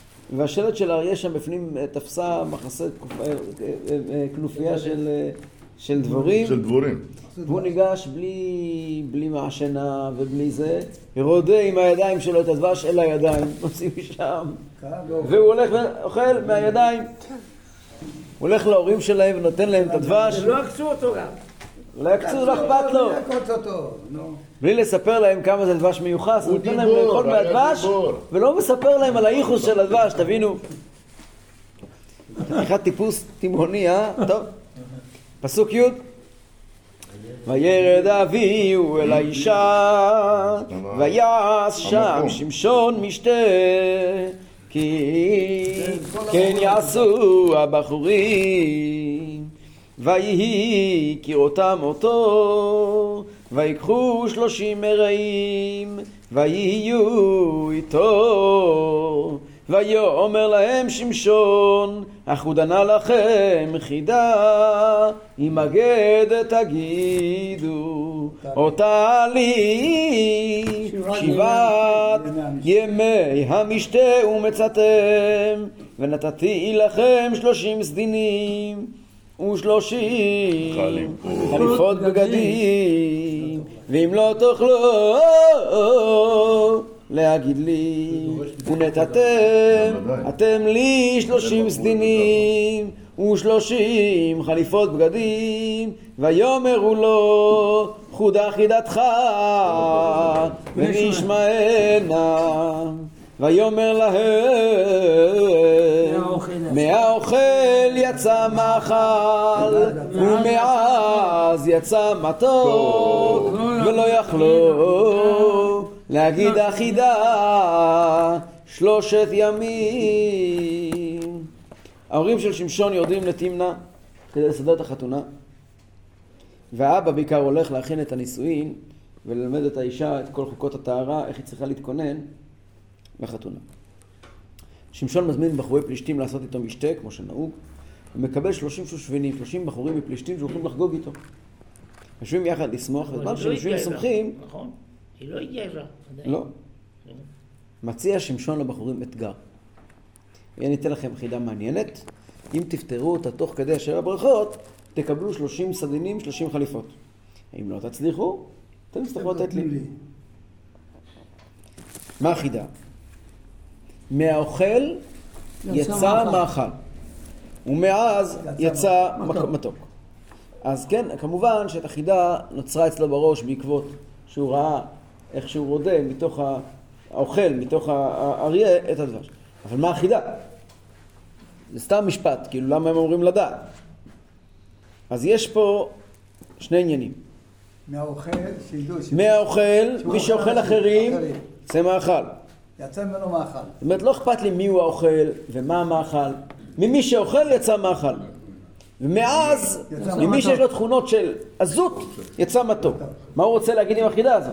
והשלד של האריה שם בפנים תפסה מחסה כנופיה של, של דבורים. של דבורים. והוא ניגש בלי, בלי מעשנה ובלי זה, רודה עם הידיים שלו את הדבש אל הידיים, מוציא משם. והוא הולך ואוכל מהידיים. הוא הולך להורים שלהם ונותן להם את הדבש. ולא עקצו אותו גם. אולי יקצו, לא אכפת לו. בלי לספר להם כמה זה דבש מיוחס, הוא נותן להם לאכול מהדבש, ולא מספר להם על הייחוס של הדבש, תבינו. אחד טיפוס תימהוני, אה? טוב. פסוק י' וירד אביהו אל האישה, ויעש שם שמשון משתה, כי כן יעשו הבחורים. ויהי כראותם אותו, ויקחו שלושים מרעים, ויהיו איתו. ויאמר להם שמשון, אחודנה לכם חידה, אם אגד תגידו אותה לי, שבעת ימי המשתה ומצאתם, ונתתי לכם שלושים סדינים ושלושים חליפות בגדים, ואם לא תאכלו להגיד לי, ונתתם אתם לי שלושים סדינים ושלושים חליפות בגדים, ויאמרו לו חודה חידתך ונשמענה. ויאמר להם מהאוכל יצא מאכל, ומעז יצא מתוק, ולא יכלו להגיד אחידה שלושת ימים. ההורים של שמשון יורדים לתמנה כדי לסדר את החתונה, והאבא בעיקר הולך להכין את הנישואין וללמד את האישה את כל חוקות הטהרה, איך היא צריכה להתכונן לחתונה. שמשון מזמין בחורי פלישתים לעשות איתו משתה, כמו שנהוג, ומקבל שלושים שושבינים, שלושים בחורים מפלישתים שהולכים לחגוג איתו. יושבים יחד לשמוח, ובזמן שהם יושבים ושמחים... נכון, היא לא התגיירה. לא. מציע שמשון לבחורים אתגר. ואני אתן לכם חידה מעניינת. אם תפתרו אותה תוך כדי אשר הברכות, תקבלו שלושים סדינים, שלושים חליפות. אם לא תצליחו, אתם תצטרכו לתת לי. מה החידה? מהאוכל יצא מאכל, ומאז יצא מתוק. אז כן, כמובן שאת החידה נוצרה אצלו בראש בעקבות שהוא ראה איך שהוא רודה מתוך האוכל, מתוך האריה, את הדבש. אבל מה החידה? זה סתם משפט, כאילו למה הם אומרים לדעת? אז יש פה שני עניינים. מהאוכל, שידעו. מהאוכל, מי שאוכל אחרים, זה מאכל. יצא ממנו מאכל. זאת אומרת, לא אכפת לי מי הוא האוכל ומה המאכל. ממי שאוכל יצא מאכל. ומאז, ממי שיש לו תכונות של עזות, יצא מתוק. מה הוא רוצה להגיד עם החידה הזאת?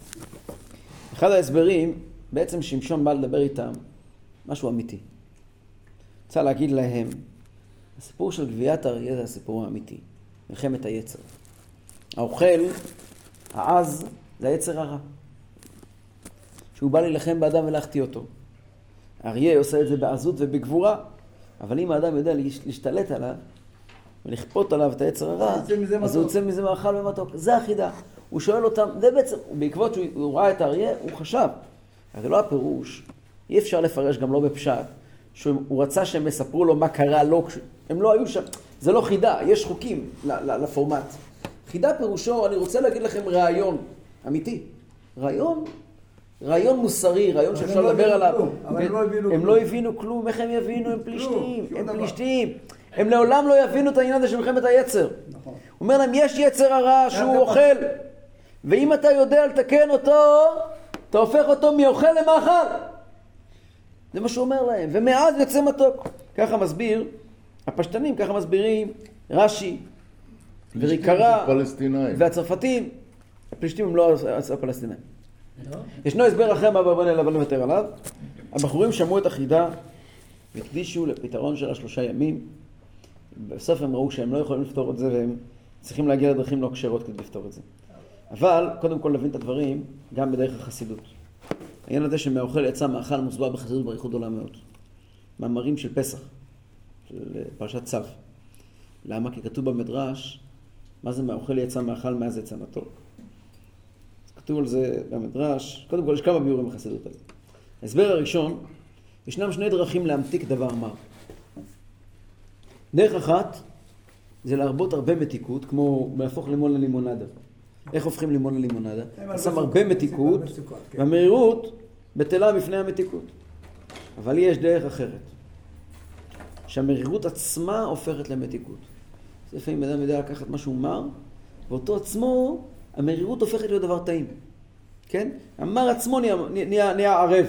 אחד ההסברים, בעצם שמשון בא לדבר איתם, משהו אמיתי. רוצה להגיד להם, הסיפור של גביית האריה זה הסיפור האמיתי. מלחמת היצר. האוכל, העז, זה היצר הרע. שהוא בא להילחם באדם ולהחטיא אותו. האריה עושה את זה בעזות ובגבורה, אבל אם האדם יודע להשתלט עליו ולכפות עליו את היצר הרע, אז הוא יוצא מזה מאכל ומתוק. זה החידה. הוא שואל אותם, זה בעצם, בעקבות שהוא ראה את האריה, הוא חשב. זה לא הפירוש. אי אפשר לפרש גם לא בפשט. שהוא רצה שהם יספרו לו מה קרה לו, הם לא היו שם. זה לא חידה, יש חוקים לפורמט. חידה פירושו, אני רוצה להגיד לכם רעיון אמיתי. רעיון, רעיון מוסרי, רעיון שאפשר לדבר עליו. הם לא הבינו כלום, איך הם יבינו? הם פלישתים, הם פלישתים. הם לעולם לא יבינו את העניין הזה של מלחמת היצר. הוא אומר להם, יש יצר הרע שהוא אוכל, ואם אתה יודע לתקן אותו, אתה הופך אותו מאוכל למאכל. זה מה שהוא אומר להם, ומאז יוצא מתוק. ככה מסביר, הפשטנים, ככה מסבירים, רש"י, וריקרה, והצרפתים. הפלישתים הם לא הפלסטינאים. ישנו הסבר אחר מה אברבנאל, אבל נוותר עליו. הבחורים שמעו את החידה והקדישו לפתרון של השלושה ימים. בסוף הם ראו שהם לא יכולים לפתור את זה, והם צריכים להגיע לדרכים לא כשרות כדי לפתור את זה. אבל קודם כל להבין את הדברים גם בדרך החסידות. העניין הזה שמהאוכל יצא מאכל מוסבר בחסידות באריכות גדולה מאוד. מאמרים של פסח, של פרשת צו. למה? כי כתוב במדרש מה זה מהאוכל יצא מאכל, מה זה יצא מתוק? כתוב על זה במדרש, קודם כל יש כמה ביורים בחסידות על זה. ההסבר הראשון, ישנם שני דרכים להמתיק דבר מר. דרך אחת, זה להרבות הרבה מתיקות, כמו להפוך לימון ללימונדה. איך הופכים לימון ללימונדה? אתה שם הרבה מתיקות, והמהירות בטלה בפני המתיקות. אבל יש דרך אחרת, שהמהירות עצמה הופכת למתיקות. אז לפעמים אדם יודע לקחת משהו מר, ואותו עצמו, המהירות הופכת להיות דבר טעים. כן? המר עצמו נהיה, נהיה, נהיה ערב.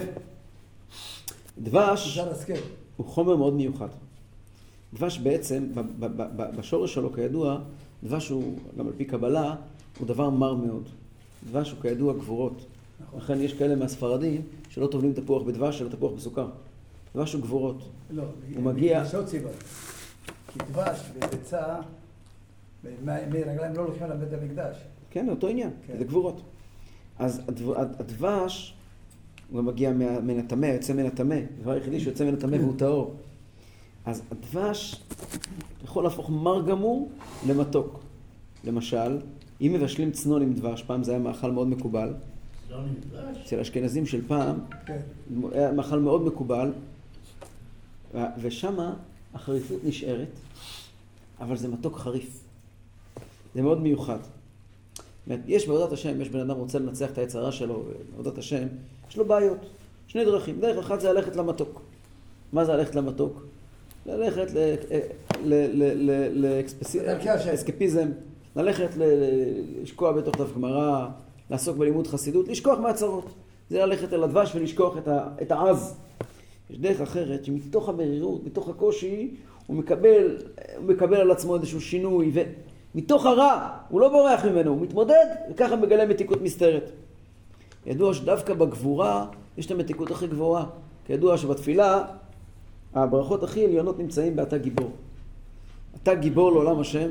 דבש הוא חומר מאוד מיוחד. דבש בעצם, בשורש שלו כידוע, דבש הוא, גם על פי קבלה, הוא דבר מר מאוד. דבש הוא כידוע גבורות. לכן יש כאלה מהספרדים שלא טובלים תפוח בדבש, אלא תפוח בסוכר. דבש הוא גבורות. לא, הוא מגיע... יש עוד סיבה. כי דבש וביצה, מרגליים לא לוקחים על בית המקדש. כן, אותו עניין, זה גבורות. אז הדבש, הוא מגיע מן הטמא, יוצא מן הטמא. הדבר היחידי שיוצא מן הטמא והוא טהור. אז הדבש יכול להפוך מר גמור למתוק. למשל, אם מבשלים צנון עם דבש, פעם זה היה מאכל מאוד מקובל. צנון עם דבש? אצל אשכנזים של פעם, היה מאכל מאוד מקובל, ושמה החריפות נשארת, אבל זה מתוק חריף. זה מאוד מיוחד. יש בעבודת השם, יש בן אדם רוצה לנצח את היצרה שלו, בעבודת השם, יש לו בעיות. שני דרכים. דרך אחת זה ללכת למתוק. מה זה ללכת למתוק? ללכת לאסקפיזם, ללכת לשכוח בתוך דף גמרא, לעסוק בלימוד חסידות, לשכוח מהצרות. זה ללכת אל הדבש ולשכוח את העז. יש דרך אחרת שמתוך המרירות, מתוך הקושי, הוא מקבל, הוא מקבל על עצמו איזשהו שינוי, ומתוך הרע, הוא לא בורח ממנו, הוא מתמודד, וככה מגלה מתיקות מסתרת. ידוע שדווקא בגבורה יש את המתיקות הכי גבוהה. כידוע שבתפילה, הברכות הכי עליונות נמצאים באתה גיבור. אתה גיבור לעולם השם,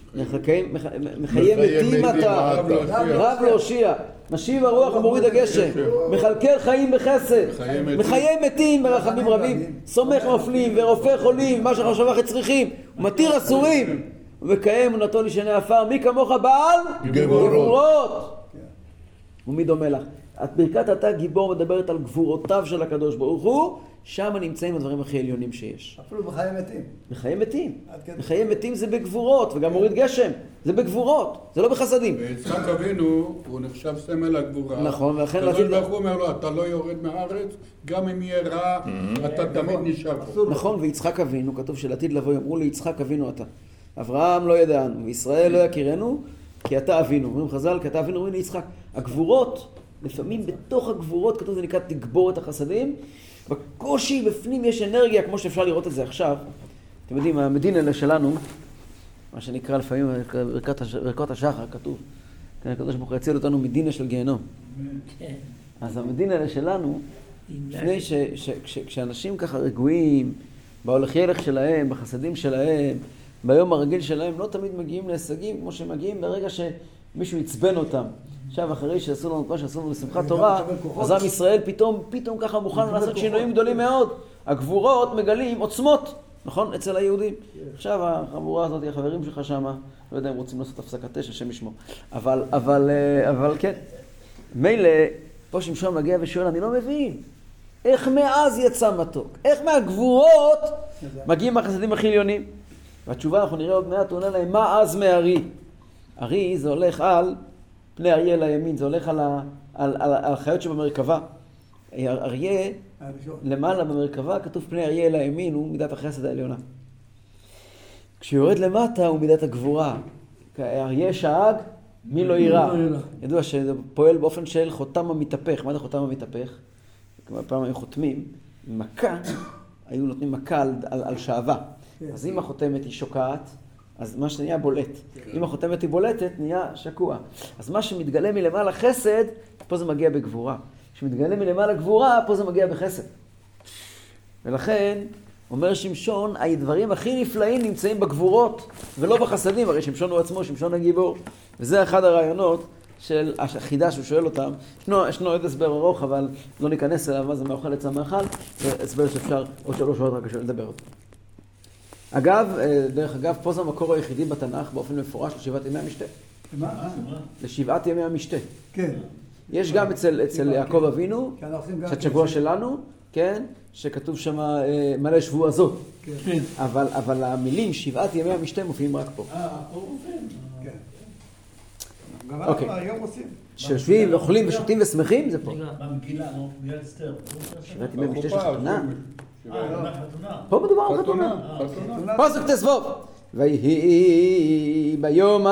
מחיה מתים אתה, רב להושיע, משיב הרוח ומוריד הגשם, מחלקל חיים בחסד, מחיה מתים ברחמים רבים, סומך נופלים ורופא חולים, מה שחשבך צריכים, ומתיר אסורים, ומקיים אמונתו לשני עפר, מי כמוך בעל? גבורות. ומי דומה לך? ברכת אתה גיבור מדברת על גבורותיו של הקדוש ברוך הוא, שם נמצאים הדברים הכי עליונים שיש. אפילו בחיי מתים. בחיי מתים. בחיי מתים זה בגבורות, וגם מוריד גשם. זה בגבורות, זה לא בחסדים. ויצחק אבינו, הוא נחשב סמל הגבורה. נכון, ולכן הקדוש ברוך הוא אומר לו, אתה לא יורד מהארץ, גם אם יהיה רע, אתה תמיד נשאר פה. נכון, ויצחק אבינו, כתוב שלעתיד לבוא, יאמרו לי, יצחק אבינו אתה. אברהם לא ידענו, וישראל לא יכירנו, כי אתה אבינו. אומרים חז"ל, כי אתה אבינו, אומרים לי יצחק. הגבורות, לפעמים בתוך הגבורות, כתוב זה נקרא תגבור את החסדים, בקושי בפנים יש אנרגיה, כמו שאפשר לראות את זה עכשיו. אתם יודעים, המדינה שלנו, מה שנקרא לפעמים ברכות השחר, כתוב, הקדוש ברוך הוא יציל אותנו מדינה של גיהנום. אז המדינה שלנו, לפני שכשאנשים ככה רגועים, בהולך ילך שלהם, בחסדים שלהם, ביום הרגיל שלהם, לא תמיד מגיעים להישגים כמו שמגיעים ברגע שמישהו יצבן אותם. עכשיו, אחרי שעשו לנו מה שעשו לנו לשמחת תורה, אז עם ישראל פתאום, פתאום ככה מוכן לעשות שינויים גדולים מאוד. הגבורות מגלים עוצמות, נכון? אצל היהודים. עכשיו, החבורה הזאת, החברים שלך שמה, לא יודע אם רוצים לעשות הפסקת תשע, השם ישמור. אבל, אבל, אבל כן. מילא, פה שמשון מגיע ושואל, אני לא מבין. איך מאז יצא מתוק? איך מהגבורות מגיעים החסדים הכי עליונים? והתשובה, אנחנו נראה עוד מעט, הוא עונה להם, מה אז מארי? ארי זה הולך על פני אריה לימין, זה הולך על, ה, על, על, על החיות שבמרכבה. אריה, למעלה במרכבה, כתוב פני אריה לימין, הוא מידת החסד העליונה. כשיורד למטה הוא מידת הגבורה. אריה שאג, מי לא יירא. ידוע שזה פועל באופן של חותם המתהפך. מה זה חותם המתהפך? כמו פעם היו חותמים, מכה, היו נותנים מכה על, על, על שעבה. אז אם החותמת היא שוקעת, אז מה שנהיה בולט. אם החותמת היא בולטת, נהיה שקוע. אז מה שמתגלה מלמעלה חסד, פה זה מגיע בגבורה. כשמתגלה מלמעלה גבורה, פה זה מגיע בחסד. ולכן, אומר שמשון, הדברים הכי נפלאים נמצאים בגבורות, ולא בחסדים. הרי שמשון הוא עצמו, שמשון הגיבור. וזה אחד הרעיונות של החידה שהוא שואל אותם. ישנו, ישנו עוד הסבר ארוך, אבל לא ניכנס אליו, מה זה מאוכל יצא מאכל. זה הסבר שאפשר עוד שלוש שעות רק לדבר אותו. אגב, דרך אגב, פה זה המקור היחידי בתנ"ך באופן מפורש לשבעת ימי המשתה. מה? לשבעת ימי המשתה. כן. יש גם אצל, אצל יעקב אבינו, קצת שבוע שלנו, כן, שכתוב שם מלא שבוע הזאת. כן. אבל, אבל המילים שבעת ימי המשתה מופיעים רק פה. אה, פה מופיעים. כן. גם אוקיי. אנחנו היום עושים. שיושבים ואוכלים ושותים ושמחים, זה פה. במגילה, נו, מגילת אסתר. שבעת ימי המשתה של חתונה. אה, זה חתונה. פה מדובר על חתונה. פסוק תסבוב. ויהי ביום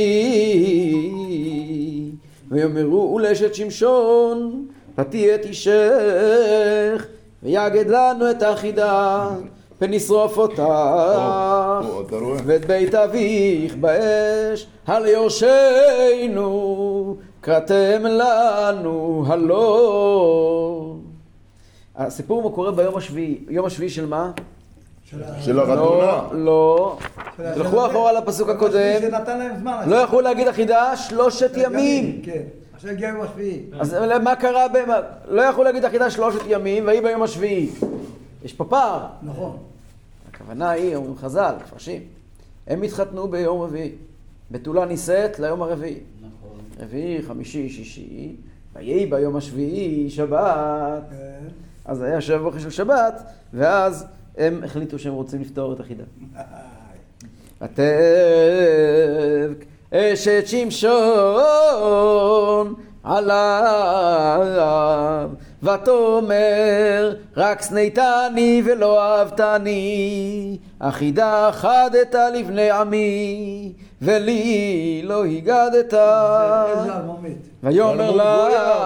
השביעי ויאמרו ולאשת שמשון פתי את אישך ויגד לנו את החידה ונשרוף אותה ואת בית אביך באש על יורשנו קראתם לנו הלא. הסיפור הוא קורה ביום השביעי. יום השביעי של מה? של החתונה. לא, לא. תלכו אחורה לפסוק הקודם. לא יכלו להגיד אחידה שלושת ימים. כן, עכשיו הגיע יום השביעי. אז מה קרה? לא יכלו להגיד אחידה שלושת ימים והיא ביום השביעי. יש פה פער. נכון. הכוונה היא, אומרים חז"ל, מפרשים. הם התחתנו ביום רביעי. בתולה נישאת ליום הרביעי. רביעי, חמישי, שישי. ויהי ביום השביעי שבת. אז היה שבע בוקר של שבת, ואז הם החליטו שהם רוצים לפתור את החידה. ותבק אשת שמשון עליו, ותאמר רק שנאתני ולא אהבתני, החידה אחדת לבני עמי, ולי לא הגדת. ויאמר לה,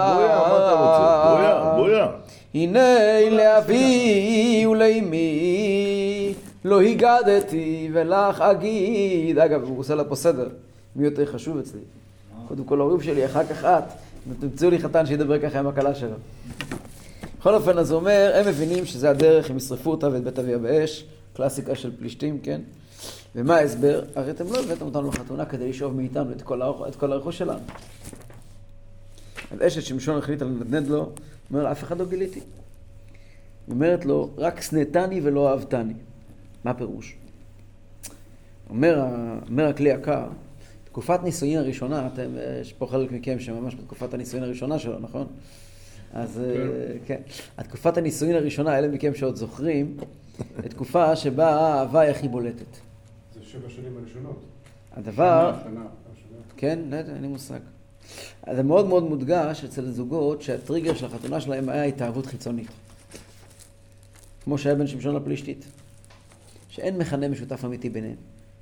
בויה, בויה. הנה לאבי ולאמי לא הגדתי ולך אגיד. אגב, הוא עושה לה פה סדר, מי יותר חשוב אצלי? קודם כל ההורים שלי, אחר כך את. תמצאו לי חתן שידבר ככה עם הקלה שלו. בכל אופן, אז הוא אומר, הם מבינים שזה הדרך, הם ישרפו אותה ואת בית אביה באש, קלאסיקה של פלישתים, כן? ומה ההסבר? הרי אתם לא הבאתם אותנו לחתונה כדי לשאוב מאיתנו את כל, את כל הרכוש שלנו. אז אשת שמשון החליטה לנדנד לו, אומר לה, אף אחד לא גיליתי. היא אומרת לו, רק שנאתני ולא אהבתני. מה הפירוש? אומר, אומר הכלי יקר, תקופת נישואין הראשונה, אתם, יש פה חלק מכם שממש בתקופת הנישואין הראשונה שלו, נכון? אז כן. התקופת הנישואין הראשונה, אלה מכם שעוד זוכרים, התקופה שבה האהבה היא הכי בולטת. זה שבע שנים הראשונות. הדבר... שנה, שנה. כן, לא יודע, אין לי מושג. זה מאוד מאוד מודגש אצל זוגות שהטריגר של החתונה שלהם היה התאהבות חיצונית. כמו שהיה בין שמשון לפלישתית. שאין מכנה משותף אמיתי ביניהם.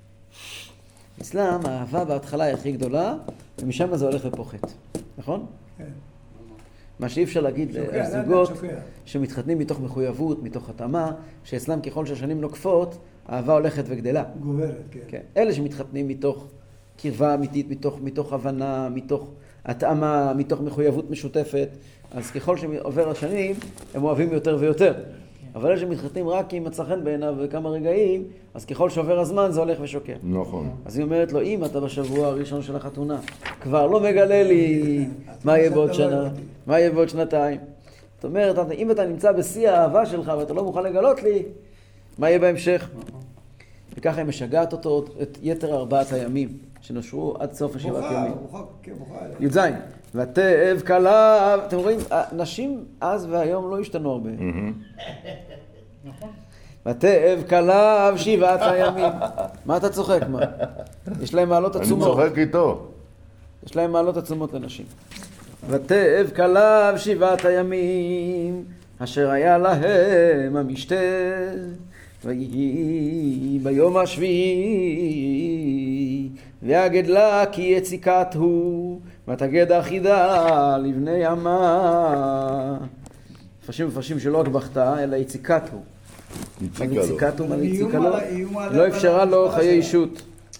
אצלם האהבה בהתחלה היא הכי גדולה, ומשם זה הולך ופוחת. נכון? כן. מה שאי אפשר להגיד לזוגות שמתחתנים מתוך מחויבות, מתוך התאמה, שאצלם ככל שהשנים נוקפות, האהבה הולכת וגדלה. גוברת, כן. כן. אלה שמתחתנים מתוך קרבה אמיתית, מתוך, מתוך הבנה, מתוך התאמה, מתוך מחויבות משותפת, אז ככל שעובר השנים, הם אוהבים יותר ויותר. אבל אלה שמתחתנים רק אם מצא חן בעיניו וכמה רגעים, אז ככל שעובר הזמן זה הולך ושוקע. נכון. אז היא אומרת לו, אם אתה בשבוע הראשון של החתונה, כבר לא מגלה לי מה יהיה בעוד שנה, מה יהיה בעוד שנתיים. זאת אומרת, אם אתה נמצא בשיא האהבה שלך ואתה לא מוכן לגלות לי, מה יהיה בהמשך? וככה היא משגעת אותו את יתר ארבעת הימים שנושרו עד סוף השבעת ימים. י"ז. ותאב כליו, אתם רואים, נשים אז והיום לא השתנו הרבה. ותאב כליו שבעת הימים. מה אתה צוחק, מה? יש להם מעלות עצומות. אני צוחק איתו. יש להם מעלות עצומות לנשים. ותאב כליו שבעת הימים, אשר היה להם המשתה, ויהי ביום השביעי, ויגד לה כי יציקת הוא, ותגד אחידה לבני עמה. מפרשים מפרשים שלא רק בכתה, אלא יציקת הוא. יציקת הוא, מה יציקה לו? לא אפשרה לו חיי אישות.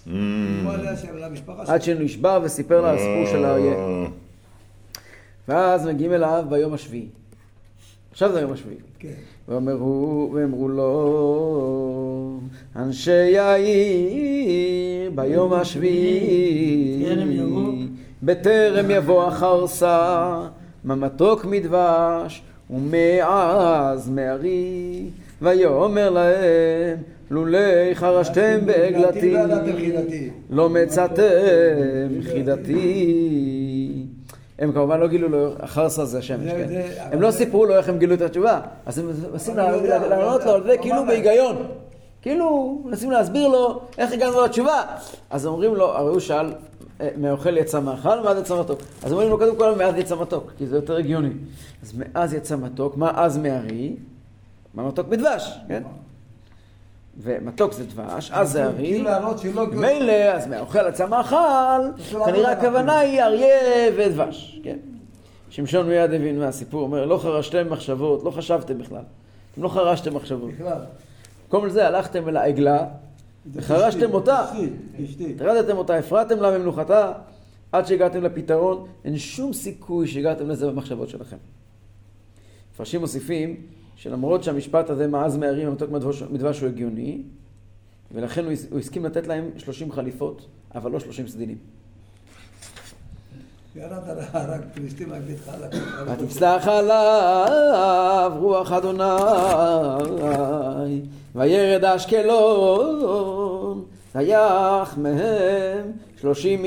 עד שנשבר וסיפר לה הסיפור של האריה. ואז מגיעים אליו ביום השביעי. עכשיו זה היום השביעי. ואמרו, ואמרו לו, אנשי יאיר ביום השביעי, בטרם יבוא החרסה, מה מתוק מדבש ומעז מארי, ויאמר להם, לולי חרשתם בעגלתי, לא מצאתם חידתי. הם כמובן לא גילו לו, החרסה זה השמש, כן? הם לא סיפרו לו איך הם גילו את התשובה, אז הם מנסים לענות לו על זה כאילו בהיגיון. כאילו, מנסים להסביר לו איך הגענו לתשובה. אז אומרים לו, הרי הוא שאל, מאוכל יצא מאכל, מאז יצא מתוק. אז אומרים לו, קודם כל, מאז יצא מתוק, כי זה יותר הגיוני. אז מאז יצא מתוק, מה אז מארי? מה מתוק בדבש, כן? ומתוק זה דבש, אז זה ארי. מילא, אז מאוכל יצא מאכל, כנראה הכוונה היא אריה ודבש, כן? שמשון מיד הבין מהסיפור, אומר, לא חרשתם מחשבות, לא חשבתם בכלל. אתם לא חרשתם מחשבות. בכלל. כל זה הלכתם אל העגלה, וחרשתם אותה, תרדתם אותה, הפרעתם לה ממנוחתה, עד שהגעתם לפתרון, אין שום סיכוי שהגעתם לזה במחשבות שלכם. מפרשים מוסיפים, שלמרות שהמשפט הזה מעז מהרים המתוק מדבש הוא הגיוני, ולכן הוא הסכים לתת להם שלושים חליפות, אבל לא שלושים סדינים. ותצלח עליו רוח אדוני וירד אשקלון וייח מהם שלושים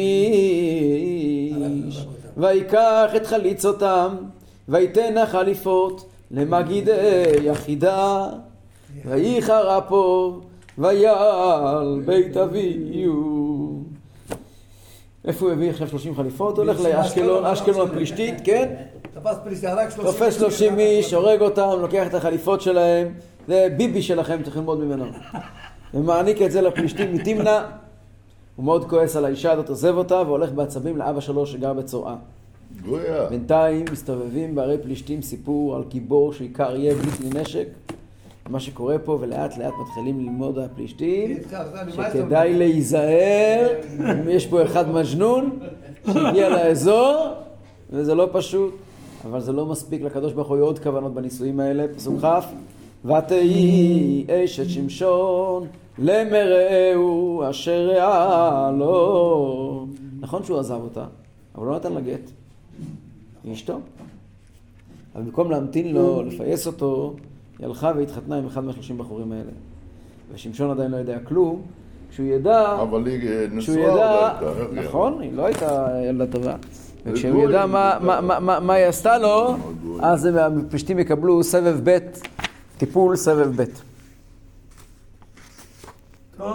איש ויקח את חליצותם ויתן החליפות למגידי יחידה וייחר אפו ויעל בית אביהו. איפה הוא הביא עכשיו שלושים חליפות? הולך לאשקלון, אשקלון הפלישתית, כן? תופס שלושים איש, הורג אותם, לוקח את החליפות שלהם, זה ביבי שלכם, צריכים ללמוד ממנו. ומעניק את זה לפלישתים מתימנה, הוא מאוד כועס על האישה הזאת, עוזב אותה, והולך בעצבים לאבא שלו שגר בצורעה. בינתיים מסתובבים בערי פלישתים סיפור על גיבור שעיקר יהיה בלי כלי נשק, מה שקורה פה, ולאט לאט מתחילים ללמוד הפלישתים, שכדאי להיזהר, יש פה אחד מג'נון שהגיע לאזור, וזה לא פשוט, אבל זה לא מספיק, לקדוש ברוך הוא עוד כוונות בניסויים האלה. פסוק כ' ותהי אשת שמשון למרעהו אשר ראה לו. נכון שהוא עזב אותה, אבל לא נתן לה גט, היא אשתו. אבל במקום להמתין לו, לפייס אותו, היא הלכה והתחתנה עם אחד מהשלושים בחורים האלה. ושמשון עדיין לא יודע כלום. כשהוא ידע... אבל היא נשואה ידע, נכון, היא לא הייתה ילדה טובה. וכשהוא ידע מה, מה, מה, מה היא עשתה לו, אז הפלישתים יקבלו סבב ב', טיפול סבב ב'.